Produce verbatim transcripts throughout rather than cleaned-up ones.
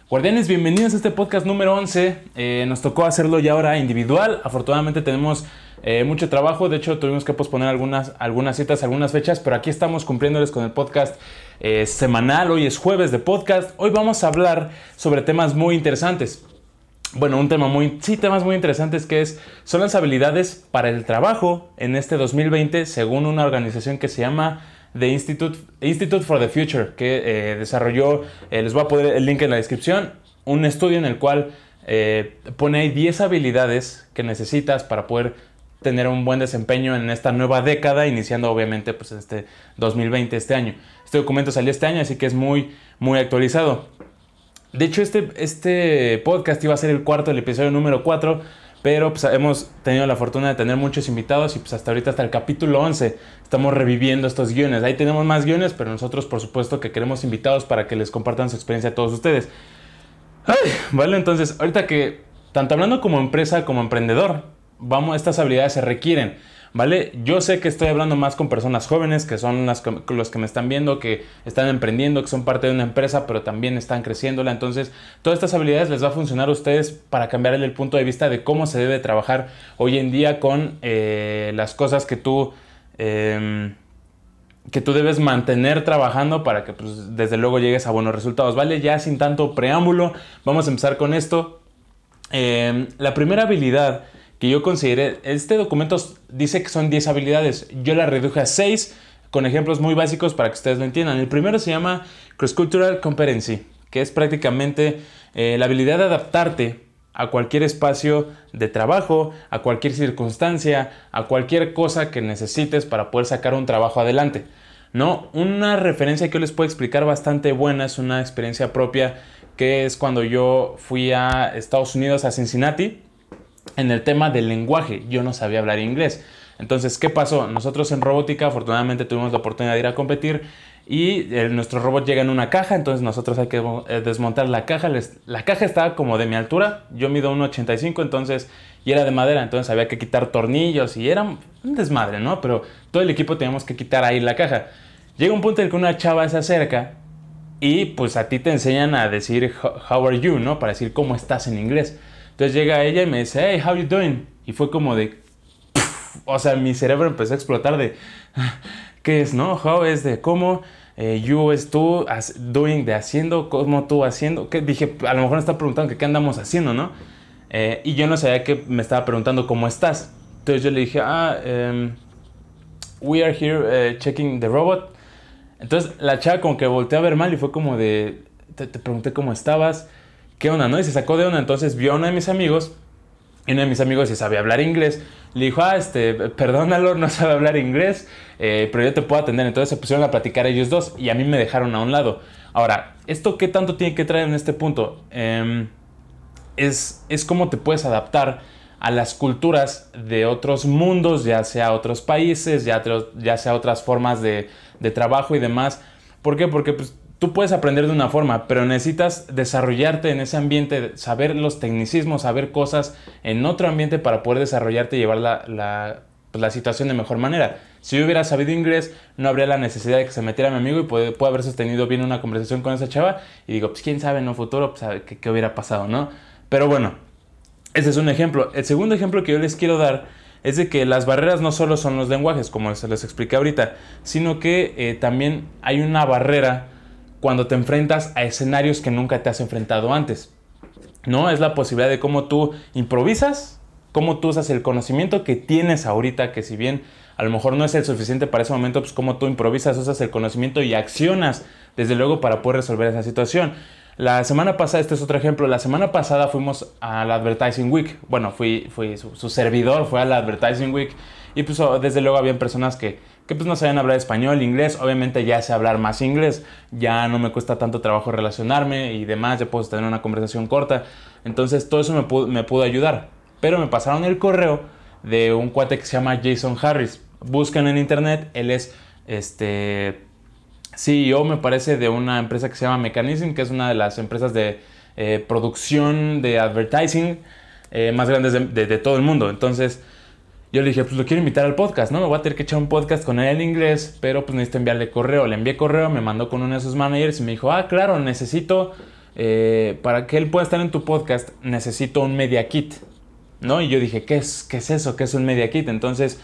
Guardianes, bienvenidos a este podcast número once. Eh, nos tocó hacerlo ya ahora individual. Afortunadamente tenemos eh, mucho trabajo. De hecho, tuvimos que posponer algunas, algunas citas, algunas fechas, pero aquí estamos cumpliéndoles con el podcast eh, semanal. Hoy es jueves de podcast. Hoy vamos a hablar sobre temas muy interesantes. Bueno, un tema muy, sí, temas muy interesantes que es, son las habilidades para el trabajo en este dos mil veinte, según una organización que se llama The Institute, Institute for the Future, que eh, desarrolló, eh, les voy a poner el link en la descripción, un estudio en el cual eh, pone ahí diez habilidades que necesitas para poder tener un buen desempeño en esta nueva década, iniciando obviamente pues este dos mil veinte, este año. Este documento salió este año, así que es muy, muy actualizado. De hecho, este, este podcast iba a ser el cuarto, el episodio número cuatro, pero pues hemos tenido la fortuna de tener muchos invitados y pues hasta ahorita, hasta el capítulo once, estamos reviviendo estos guiones. Ahí tenemos más guiones, pero nosotros por supuesto que queremos invitados para que les compartan su experiencia a todos ustedes. Ay, vale, entonces ahorita que tanto hablando como empresa como emprendedor, vamos, estas habilidades se requieren, ¿vale? Yo sé que estoy hablando más con personas jóvenes, que son las, los que me están viendo, que están emprendiendo, que son parte de una empresa, pero también están creciéndola. Entonces, todas estas habilidades les va a funcionar a ustedes para cambiarle el punto de vista de cómo se debe trabajar hoy en día con eh, las cosas que tú, eh, que tú debes mantener trabajando para que, pues, desde luego llegues a buenos resultados, ¿vale? Ya sin tanto preámbulo, vamos a empezar con esto. Eh, la primera habilidad que yo consideré, este documento dice que son diez habilidades, yo la reduje a seis con ejemplos muy básicos para que ustedes lo entiendan. El primero se llama Cross-Cultural Competency, que es prácticamente eh, la habilidad de adaptarte a cualquier espacio de trabajo, a cualquier circunstancia, a cualquier cosa que necesites para poder sacar un trabajo adelante, ¿no? Una referencia que yo les puedo explicar bastante buena es una experiencia propia, que es cuando yo fui a Estados Unidos, a Cincinnati. En el tema del lenguaje, yo no sabía hablar inglés. Entonces, ¿qué pasó? Nosotros en robótica, afortunadamente, tuvimos la oportunidad de ir a competir y el, nuestro robot llega en una caja, entonces nosotros hay que eh, desmontar la caja. Les, la caja estaba como de mi altura, yo mido uno ochenta y cinco, entonces, y era de madera, entonces había que quitar tornillos y era un desmadre, ¿no? Pero todo el equipo teníamos que quitar ahí la caja. Llega un punto en el que una chava se acerca y pues a ti te enseñan a decir how are you, ¿no? Para decir cómo estás en inglés. Entonces llega ella y me dice, hey, how you doing? Y fue como de, pff, o sea, mi cerebro empezó a explotar de, ¿qué es, no? How es de cómo, eh, you es tú, as, doing de haciendo, cómo tú haciendo. ¿Qué? Dije, a lo mejor me está preguntando que qué andamos haciendo, ¿no? Eh, y yo no sabía que me estaba preguntando cómo estás. Entonces yo le dije, ah, um, we are here uh, checking the robot. Entonces la chava como que volteó a ver mal y fue como de, te, te pregunté cómo estabas. ¿Qué onda, no? Y se sacó de onda, entonces vio a uno de mis amigos, y uno de mis amigos sí sabía hablar inglés. Le dijo, ah, este, perdónalo, no sabe hablar inglés, eh, pero yo te puedo atender. Entonces se pusieron a platicar ellos dos, y a mí me dejaron a un lado. Ahora, ¿esto qué tanto tiene que traer en este punto? Eh, es, es cómo te puedes adaptar a las culturas de otros mundos, ya sea otros países, ya, ya sea otras formas de, de trabajo y demás. ¿Por qué? Porque, pues, tú puedes aprender de una forma, pero necesitas desarrollarte en ese ambiente, saber los tecnicismos, saber cosas en otro ambiente para poder desarrollarte y llevar la, la, pues la situación de mejor manera. Si yo hubiera sabido inglés, no habría la necesidad de que se metiera mi amigo y puede, puede haber sostenido bien una conversación con esa chava. Y digo, pues quién sabe en un futuro pues, sabe qué, qué hubiera pasado, ¿no? Pero bueno, ese es un ejemplo. El segundo ejemplo que yo les quiero dar es de que las barreras no solo son los lenguajes, como se les expliqué ahorita, sino que eh, también hay una barrera cuando te enfrentas a escenarios que nunca te has enfrentado antes, ¿no? Es la posibilidad de cómo tú improvisas, cómo tú usas el conocimiento que tienes ahorita, que si bien a lo mejor no es el suficiente para ese momento, pues cómo tú improvisas, usas el conocimiento y accionas, desde luego, para poder resolver esa situación. La semana pasada, este es otro ejemplo, la semana pasada fuimos a la Advertising Week, bueno, fui, fui su, su servidor, fue a la Advertising Week, y pues desde luego habían personas que, que pues no sabían hablar español, inglés. Obviamente ya sé hablar más inglés, ya no me cuesta tanto trabajo relacionarme y demás, ya puedo tener una conversación corta. Entonces todo eso me pudo, me pudo ayudar. Pero me pasaron el correo de un cuate que se llama Jason Harris. Buscan en internet, él es este C E O, me parece, de una empresa que se llama Mechanism, que es una de las empresas de eh, producción de advertising eh, más grandes de, de, de todo el mundo. Entonces yo le dije, pues lo quiero invitar al podcast, ¿no? Me voy a tener que echar un podcast con él en inglés, pero pues necesito enviarle correo. Le envié correo, me mandó con uno de sus managers y me dijo, ah, claro, necesito eh, para que él pueda estar en tu podcast necesito un Media Kit, ¿no? Y yo dije, ¿qué es, qué es eso? ¿Qué es un Media Kit? Entonces,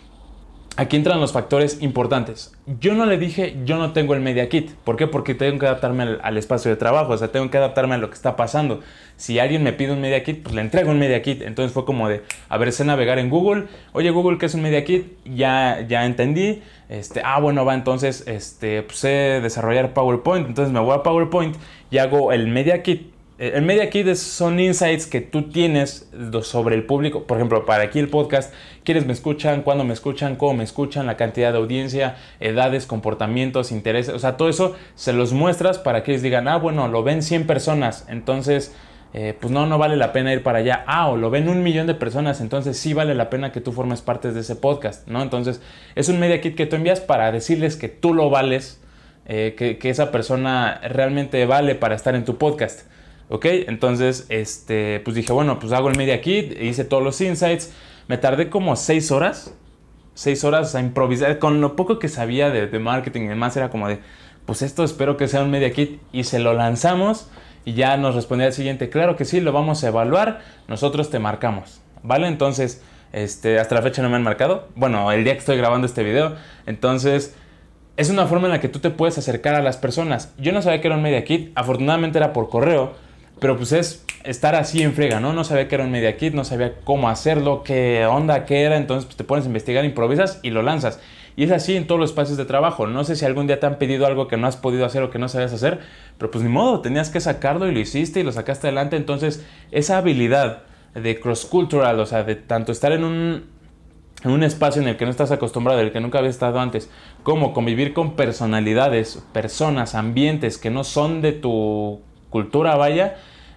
aquí entran los factores importantes. Yo no le dije, yo no tengo el Media Kit. ¿Por qué? Porque tengo que adaptarme al, al espacio de trabajo. O sea, tengo que adaptarme a lo que está pasando. Si alguien me pide un Media Kit, pues le entrego un Media Kit. Entonces fue como de, a ver, sé navegar en Google. Oye, Google, ¿qué es un Media Kit? Ya, ya entendí. Este, ah, bueno, va, entonces, este, pues sé desarrollar PowerPoint. Entonces me voy a PowerPoint y hago el Media Kit. El Media Kit son insights que tú tienes sobre el público. Por ejemplo, para aquí el podcast, quiénes me escuchan, cuándo me escuchan, cómo me escuchan, la cantidad de audiencia, edades, comportamientos, intereses. O sea, todo eso se los muestras para que ellos digan, ah, bueno, lo ven cien personas, entonces, eh, pues no, no vale la pena ir para allá. Ah, o lo ven un millón de personas, entonces sí vale la pena que tú formes parte de ese podcast, ¿no? Entonces, es un Media Kit que tú envías para decirles que tú lo vales, eh, que, que esa persona realmente vale para estar en tu podcast. Ok, entonces, este, pues dije, bueno, pues hago el Media Kit, hice todos los insights, me tardé como seis horas, seis horas a improvisar, con lo poco que sabía de, de marketing y demás, era como de, pues esto espero que sea un Media Kit, y se lo lanzamos, y ya nos respondía el siguiente, claro que sí, lo vamos a evaluar, nosotros te marcamos, ¿vale? Entonces, este, hasta la fecha no me han marcado, bueno, el día que estoy grabando este video, entonces, es una forma en la que tú te puedes acercar a las personas. Yo no sabía que era un Media Kit, afortunadamente era por correo, pero pues es estar así en friega, ¿no? No sabía que era un Media Kit, no sabía cómo hacerlo, qué onda, qué era. Entonces pues te pones a investigar, improvisas y lo lanzas. Y es así en todos los espacios de trabajo. No sé si algún día te han pedido algo que no has podido hacer o que no sabías hacer, pero pues ni modo, tenías que sacarlo y lo hiciste y lo sacaste adelante. Entonces esa habilidad de cross-cultural, o sea, de tanto estar en un, en un espacio en el que no estás acostumbrado, en el que nunca habías estado antes, como convivir con personalidades, personas, ambientes que no son de tu cultura, vaya,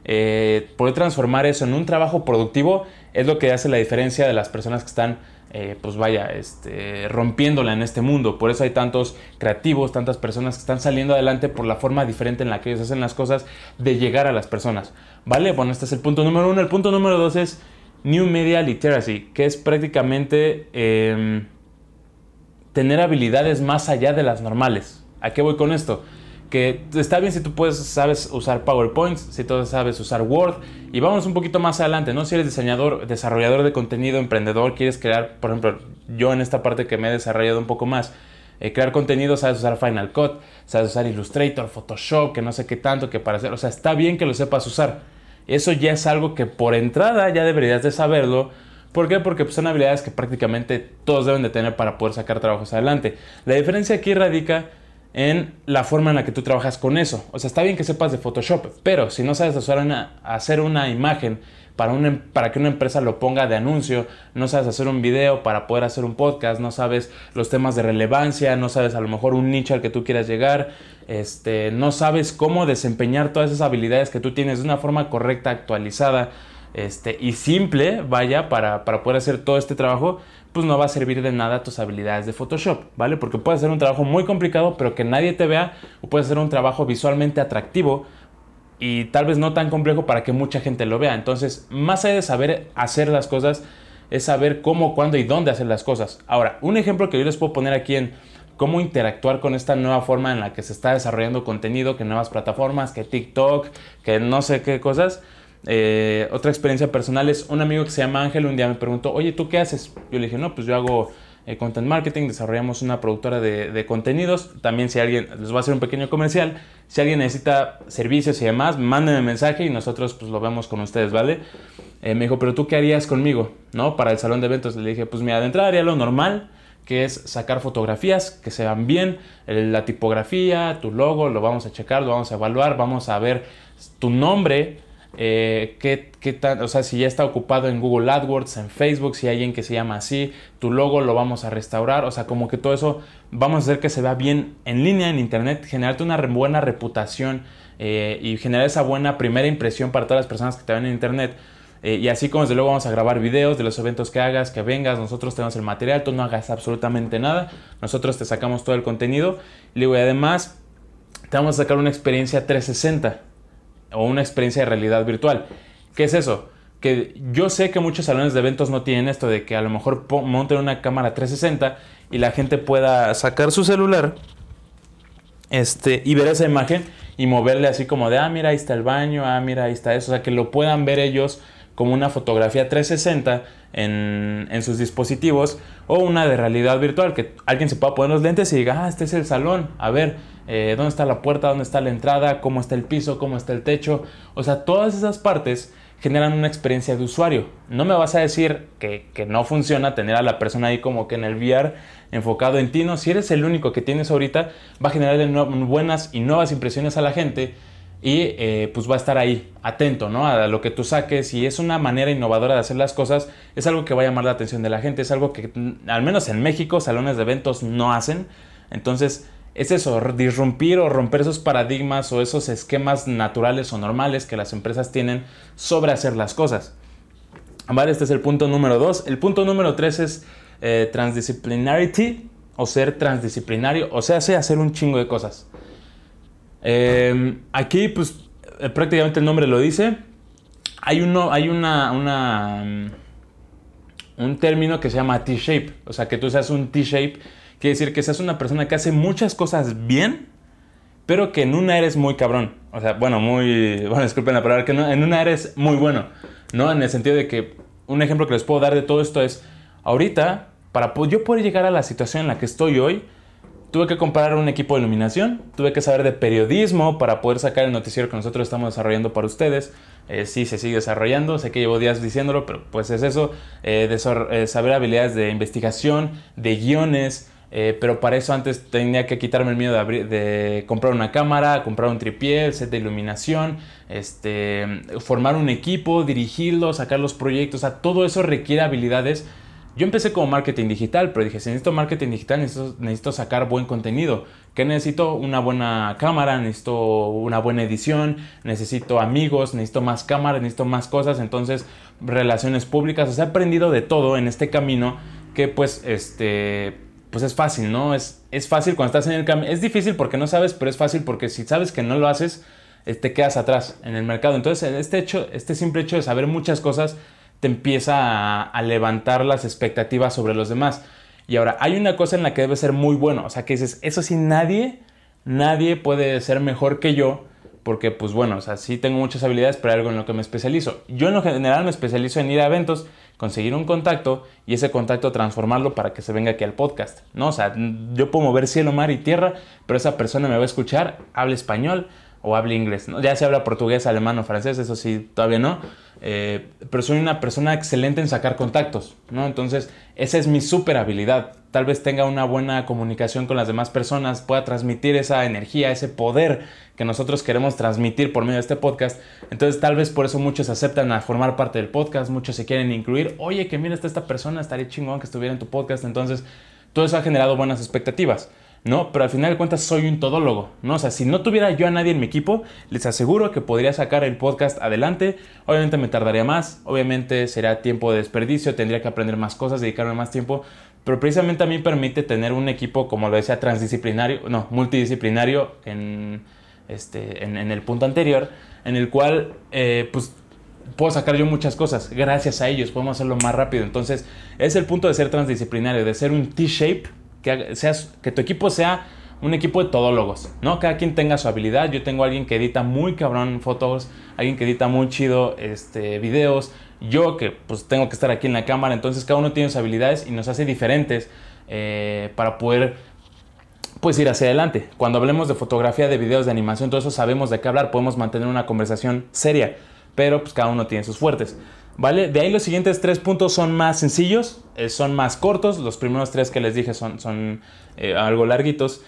eh, poder transformar eso en un trabajo productivo es lo que hace la diferencia de las personas que están, eh, pues vaya, este, rompiéndola en este mundo. Por eso hay tantos creativos, tantas personas que están saliendo adelante por la forma diferente en la que ellos hacen las cosas, de llegar a las personas, ¿vale? Bueno, este es el punto número uno. El punto número dos es New Media Literacy, que es prácticamente eh, tener habilidades más allá de las normales. ¿A qué voy con esto? Que está bien si tú puedes, sabes usar PowerPoint, si tú sabes usar Word, y vámonos un poquito más adelante, ¿no? Si eres diseñador, desarrollador de contenido, emprendedor, quieres crear, por ejemplo, yo en esta parte que me he desarrollado un poco más, eh, crear contenido, sabes usar Final Cut, sabes usar Illustrator, Photoshop, que no sé qué tanto, que para hacer, o sea, está bien que lo sepas usar. Eso ya es algo que por entrada ya deberías de saberlo. ¿Por qué? Porque pues, son habilidades que prácticamente todos deben de tener para poder sacar trabajos adelante. La diferencia aquí radica en la forma en la que tú trabajas con eso. O sea, está bien que sepas de Photoshop, pero si no sabes usar una, hacer una imagen para, una, para que una empresa lo ponga de anuncio, no sabes hacer un video para poder hacer un podcast, no sabes los temas de relevancia, no sabes a lo mejor un nicho al que tú quieras llegar, este, no sabes cómo desempeñar todas esas habilidades que tú tienes de una forma correcta, actualizada, este, y simple, vaya, para, para poder hacer todo este trabajo, pues no va a servir de nada tus habilidades de Photoshop, ¿vale? Porque puedes hacer un trabajo muy complicado, pero que nadie te vea, o puedes hacer un trabajo visualmente atractivo y tal vez no tan complejo para que mucha gente lo vea. Entonces, más allá de saber hacer las cosas, es saber cómo, cuándo y dónde hacer las cosas. Ahora, un ejemplo que yo les puedo poner aquí en cómo interactuar con esta nueva forma en la que se está desarrollando contenido, que nuevas plataformas, que TikTok, que no sé qué cosas. Eh, otra experiencia personal es un amigo que se llama Ángel. Un día me preguntó, oye, ¿tú qué haces? Yo le dije, no, pues yo hago eh, content marketing, desarrollamos una productora de, de contenidos. También si alguien, les voy a hacer un pequeño comercial, si alguien necesita servicios y demás, mándenme mensaje y nosotros pues lo vemos con ustedes, ¿vale? Eh, me dijo, pero ¿tú qué harías conmigo, no? Para el salón de eventos. Le dije, pues mira, de entrada haría lo normal, que es sacar fotografías que se vean bien, la tipografía, tu logo, lo vamos a checar, lo vamos a evaluar, vamos a ver tu nombre. Eh, ¿qué, qué tan, o sea, si ya está ocupado en Google AdWords, en Facebook, si hay alguien que se llama así, tu logo lo vamos a restaurar, o sea, como que todo eso vamos a hacer que se vea bien en línea, en internet, generarte una buena reputación eh, y generar esa buena primera impresión para todas las personas que te ven en internet. Eh, y así como desde luego vamos a grabar videos de los eventos que hagas, que vengas, nosotros tenemos el material, tú no hagas absolutamente nada, nosotros te sacamos todo el contenido y luego además te vamos a sacar una experiencia trescientos sesenta o una experiencia de realidad virtual. ¿Qué es eso? Que yo sé que muchos salones de eventos no tienen esto de que a lo mejor monten una cámara trescientos sesenta y la gente pueda sacar su celular este, y ver esa imagen y moverle así como de, ah, mira, ahí está el baño, ah, mira, ahí está eso. O sea, que lo puedan ver ellos como una fotografía trescientos sesenta en, en sus dispositivos, o una de realidad virtual, que alguien se pueda poner los lentes y diga, ah, este es el salón, a ver, eh, ¿dónde está la puerta? ¿Dónde está la entrada? ¿Cómo está el piso? ¿Cómo está el techo? O sea, todas esas partes generan una experiencia de usuario. No me vas a decir que, que no funciona tener a la persona ahí como que en el V R enfocado en ti, no. Si eres el único que tienes ahorita, va a generar buenas y nuevas impresiones a la gente y eh, pues va a estar ahí, atento, ¿no? A lo que tú saques, y es una manera innovadora de hacer las cosas. Es algo que va a llamar la atención de la gente, es algo que al menos en México salones de eventos no hacen. Entonces es eso, disrumpir o romper esos paradigmas o esos esquemas naturales o normales que las empresas tienen sobre hacer las cosas. Vale, este es el punto número dos. El punto número tres es eh, transdisciplinarity, o ser transdisciplinario, o sea, sé hacer un chingo de cosas. Eh, aquí, pues, eh, prácticamente el nombre lo dice. Hay, uno, hay una, una, um, un término que se llama T-shape. O sea, que tú seas un T-shape quiere decir que seas una persona que hace muchas cosas bien, pero que en una eres muy cabrón. O sea, bueno, muy... Bueno, disculpen la palabra, que no, en una eres muy bueno, ¿no? En el sentido de que un ejemplo que les puedo dar de todo esto es, ahorita, para yo poder llegar a la situación en la que estoy hoy, tuve que comprar un equipo de iluminación, tuve que saber de periodismo para poder sacar el noticiero que nosotros estamos desarrollando para ustedes. Eh, sí, se sigue desarrollando, sé que llevo días diciéndolo, pero pues es eso, eh, de so- eh, saber habilidades de investigación, de guiones, eh, pero para eso antes tenía que quitarme el miedo de, abrir, de comprar una cámara, comprar un tripié, el set de iluminación, este, formar un equipo, dirigirlo, sacar los proyectos. O sea, todo eso requiere habilidades. Yo empecé como marketing digital, pero dije, si necesito marketing digital, necesito, necesito sacar buen contenido. ¿Qué necesito? Una buena cámara, necesito una buena edición, necesito amigos, necesito más cámaras, necesito más cosas. Entonces, relaciones públicas. O sea, he aprendido de todo en este camino que pues, este, pues es fácil, ¿no? Es, es fácil cuando estás en el camino. Es difícil porque no sabes, pero es fácil porque si sabes que no lo haces, te quedas atrás en el mercado. Entonces, este, hecho, este simple hecho de saber muchas cosas te empieza a, a levantar las expectativas sobre los demás. Y ahora, hay una cosa en la que debes ser muy bueno. O sea, que dices, eso sí, nadie, nadie puede ser mejor que yo. Porque, pues bueno, o sea, sí tengo muchas habilidades, pero hay algo en lo que me especializo. Yo en lo general me especializo en ir a eventos, conseguir un contacto y ese contacto transformarlo para que se venga aquí al podcast, ¿no? O sea, yo puedo mover cielo, mar y tierra, pero esa persona me va a escuchar, habla español o habla inglés, ¿no? Ya se habla portugués, alemán o francés, eso sí, todavía no. Eh, pero soy una persona excelente en sacar contactos, ¿no? Entonces, esa es mi súper habilidad. Tal vez tenga una buena comunicación con las demás personas, pueda transmitir esa energía, ese poder que nosotros queremos transmitir por medio de este podcast. Entonces, tal vez por eso muchos aceptan a formar parte del podcast, muchos se quieren incluir. Oye, que mira, está esta persona, estaría chingón que estuviera en tu podcast. Entonces, todo eso ha generado buenas expectativas, ¿no? Pero al final de cuentas soy un todólogo, ¿no? O sea, si no tuviera yo a nadie en mi equipo, les aseguro que podría sacar el podcast adelante. Obviamente me tardaría más, obviamente será tiempo de desperdicio, tendría que aprender más cosas, dedicarme más tiempo, pero precisamente a mí permite tener un equipo, como lo decía, transdisciplinario, no, multidisciplinario en, este, en, en el punto anterior, en el cual, eh, pues, puedo sacar yo muchas cosas. Gracias a ellos podemos hacerlo más rápido. Entonces, es el punto de ser transdisciplinario, de ser un T-shape, que, seas, que tu equipo sea un equipo de todólogos, ¿no? Cada quien tenga su habilidad. Yo tengo a alguien que edita muy cabrón fotos, alguien que edita muy chido este, videos, yo que pues tengo que estar aquí en la cámara. Entonces cada uno tiene sus habilidades y nos hace diferentes eh, para poder pues ir hacia adelante. Cuando hablemos de fotografía, de videos, de animación, todo eso sabemos de qué hablar, podemos mantener una conversación seria, pero pues cada uno tiene sus fuertes, ¿vale? De ahí los siguientes tres puntos son más sencillos, eh, son más cortos. Los primeros tres que les dije son, son eh, algo larguitos.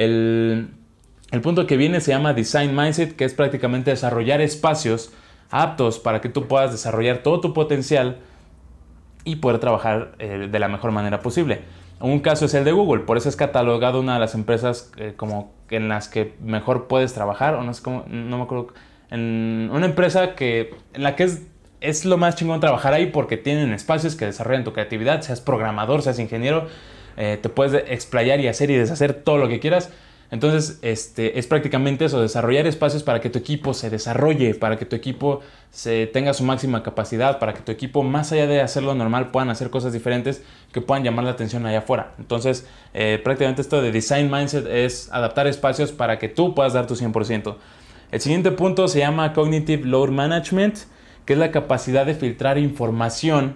El, el punto que viene se llama Design Mindset, que es prácticamente desarrollar espacios aptos para que tú puedas desarrollar todo tu potencial y poder trabajar eh, de la mejor manera posible. Un caso es el de Google, por eso es catalogado una de las empresas eh, como en las que mejor puedes trabajar, o no sé cómo, no me acuerdo, en una empresa que, en la que es, es lo más chingón trabajar ahí porque tienen espacios que desarrollan tu creatividad, seas programador, seas ingeniero, eh, te puedes explayar y hacer y deshacer todo lo que quieras. Entonces, este, es prácticamente eso, desarrollar espacios para que tu equipo se desarrolle, para que tu equipo se tenga su máxima capacidad, para que tu equipo, más allá de hacer lo normal, puedan hacer cosas diferentes que puedan llamar la atención allá afuera. Entonces, eh, prácticamente esto de Design Mindset es adaptar espacios para que tú puedas dar tu cien por ciento. El siguiente punto se llama Cognitive Load Management, que es la capacidad de filtrar información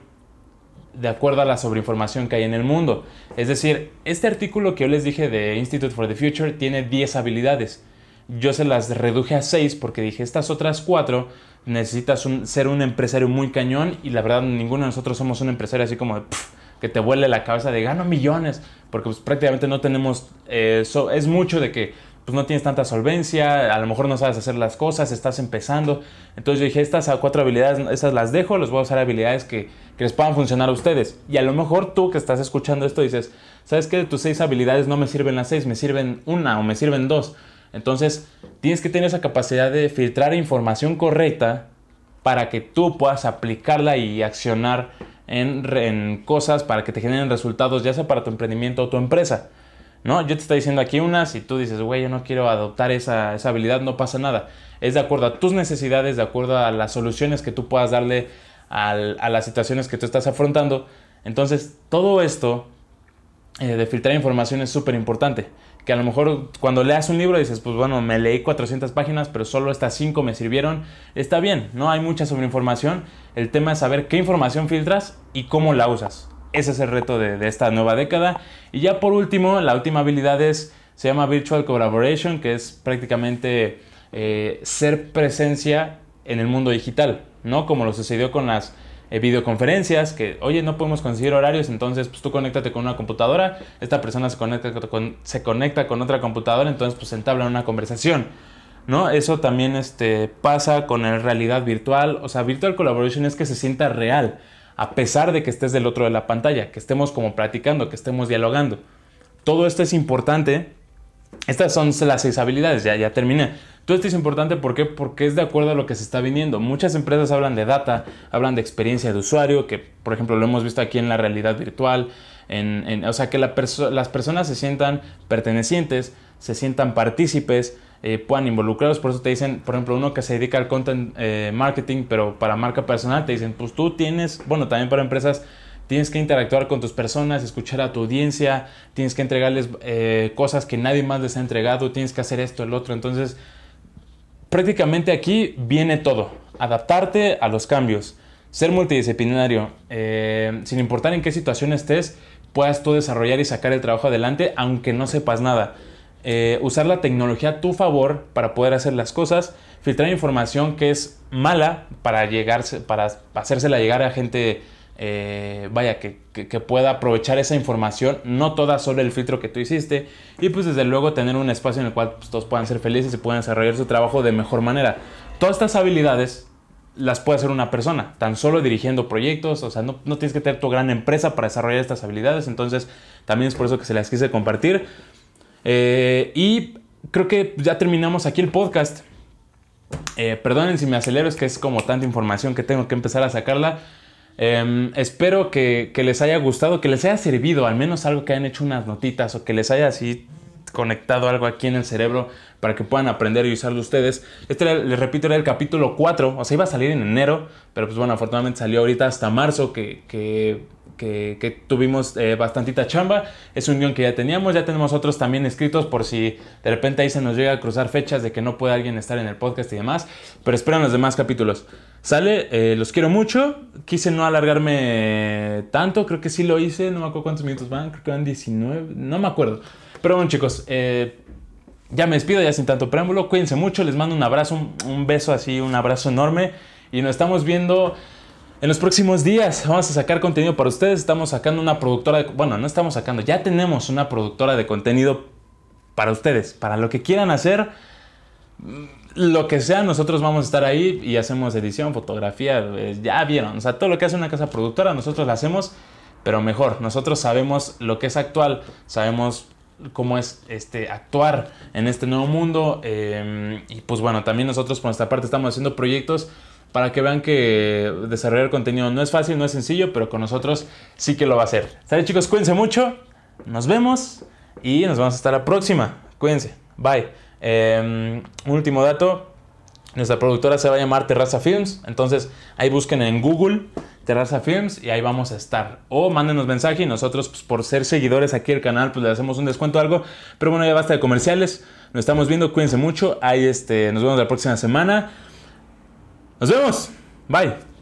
de acuerdo a la sobreinformación que hay en el mundo. Es decir, este artículo que yo les dije de Institute for the Future tiene diez habilidades. Yo se las reduje a seis porque dije, estas otras cuatro necesitas un, ser un empresario muy cañón, y la verdad ninguno de nosotros somos un empresario así como de, pff, que te vuele la cabeza de gano millones, porque pues prácticamente no tenemos, eh, so, es mucho de que pues no tienes tanta solvencia, a lo mejor no sabes hacer las cosas, estás empezando. Entonces yo dije, estas cuatro habilidades, esas las dejo, les voy a usar habilidades que, que les puedan funcionar a ustedes. Y a lo mejor tú que estás escuchando esto dices, ¿sabes qué? De tus seis habilidades no me sirven las seis, me sirven una o me sirven dos. Entonces tienes que tener esa capacidad de filtrar información correcta para que tú puedas aplicarla y accionar en, en cosas para que te generen resultados, ya sea para tu emprendimiento o tu empresa. ¿No? Yo te estoy diciendo aquí unas y tú dices, güey, yo no quiero adoptar esa, esa habilidad, no pasa nada. Es de acuerdo a tus necesidades, de acuerdo a las soluciones que tú puedas darle al, a las situaciones que tú estás afrontando. Entonces, todo esto eh, de filtrar información es súper importante. Que a lo mejor cuando leas un libro dices, pues bueno, me leí cuatrocientas páginas, pero solo estas cinco me sirvieron. Está bien, no hay mucha sobreinformación. El tema es saber qué información filtras y cómo la usas. Ese es el reto de, de esta nueva década. Y ya por último, la última habilidad es, se llama Virtual Collaboration, que es prácticamente eh, ser presencia en el mundo digital, ¿no? Como lo sucedió con las eh, videoconferencias, que, oye, no podemos conseguir horarios, entonces pues tú conéctate con una computadora, esta persona se conecta con, se conecta con otra computadora, entonces pues se entabla una conversación, ¿no? Eso también este, pasa con la realidad virtual. O sea, Virtual Collaboration es que se sienta real, a pesar de que estés del otro de la pantalla, que estemos como platicando, que estemos dialogando. Todo esto es importante. Estas son las seis habilidades, ya, ya terminé. Todo esto es importante, ¿por qué? Porque es de acuerdo a lo que se está viniendo. Muchas empresas hablan de data, hablan de experiencia de usuario, que por ejemplo lo hemos visto aquí en la realidad virtual. En, en, o sea, que la perso- las personas se sientan pertenecientes, se sientan partícipes, eh, puedan involucrarlos. Por eso te dicen, por ejemplo, uno que se dedica al content eh, marketing, pero para marca personal, te dicen, pues tú tienes, bueno, también para empresas, tienes que interactuar con tus personas, escuchar a tu audiencia, tienes que entregarles eh, cosas que nadie más les ha entregado, tienes que hacer esto, el otro. Entonces, prácticamente aquí viene todo. Adaptarte a los cambios, ser multidisciplinario, eh, sin importar en qué situación estés, puedas tú desarrollar y sacar el trabajo adelante, aunque no sepas nada. Eh, usar la tecnología a tu favor para poder hacer las cosas, filtrar información que es mala para, llegarse, para hacérsela llegar a gente eh, vaya, que, que, que pueda aprovechar esa información, no toda solo el filtro que tú hiciste, y pues desde luego tener un espacio en el cual pues, todos puedan ser felices y puedan desarrollar su trabajo de mejor manera. Todas estas habilidades las puede hacer una persona, tan solo dirigiendo proyectos. O sea, no, no tienes que tener tu gran empresa para desarrollar estas habilidades. Entonces también es por eso que se las quise compartir. Eh, y creo que ya terminamos aquí el podcast. Eh, perdonen si me acelero, es que es como tanta información que tengo que empezar a sacarla. Eh, espero que, que les haya gustado, que les haya servido, al menos algo, que hayan hecho unas notitas o que les haya así conectado algo aquí en el cerebro para que puedan aprender y usarlo ustedes. Este, era, les repito, era el capítulo cuatro, o sea, iba a salir en enero, pero pues bueno, afortunadamente salió ahorita hasta marzo, que... que Que, que tuvimos eh, bastantita chamba. Es un guión que ya teníamos, ya tenemos otros también escritos por si de repente ahí se nos llega a cruzar fechas de que no puede alguien estar en el podcast y demás, pero esperan los demás capítulos. Sale, eh, los quiero mucho, quise no alargarme tanto, creo que sí lo hice, no me acuerdo cuántos minutos van, creo que van diecinueve, no me acuerdo, pero bueno chicos, eh, ya me despido, ya sin tanto preámbulo, cuídense mucho, les mando un abrazo, un, un beso así, un abrazo enorme, y nos estamos viendo en los próximos días. Vamos a sacar contenido para ustedes. Estamos sacando una productora de... Bueno, no estamos sacando. Ya tenemos una productora de contenido para ustedes. Para lo que quieran hacer. Lo que sea, nosotros vamos a estar ahí y hacemos edición, fotografía. Eh, ya vieron. O sea, todo lo que hace una casa productora, nosotros lo hacemos. Pero mejor. Nosotros sabemos lo que es actual. Sabemos cómo es este, actuar en este nuevo mundo. Eh, y pues bueno, también nosotros por nuestra parte estamos haciendo proyectos para que vean que desarrollar contenido no es fácil, no es sencillo, pero con nosotros sí que lo va a hacer. ¿Sale chicos? Cuídense mucho, nos vemos y nos vemos hasta la próxima. Cuídense. Bye. Eh, un último dato. Nuestra productora se va a llamar Terraza Films. Entonces ahí busquen en Google Terraza Films y ahí vamos a estar. O mándenos mensaje y nosotros, pues, por ser seguidores aquí del canal, pues le hacemos un descuento o algo. Pero bueno, ya basta de comerciales. Nos estamos viendo. Cuídense mucho. Ahí este, nos vemos la próxima semana. Nos vemos. Bye.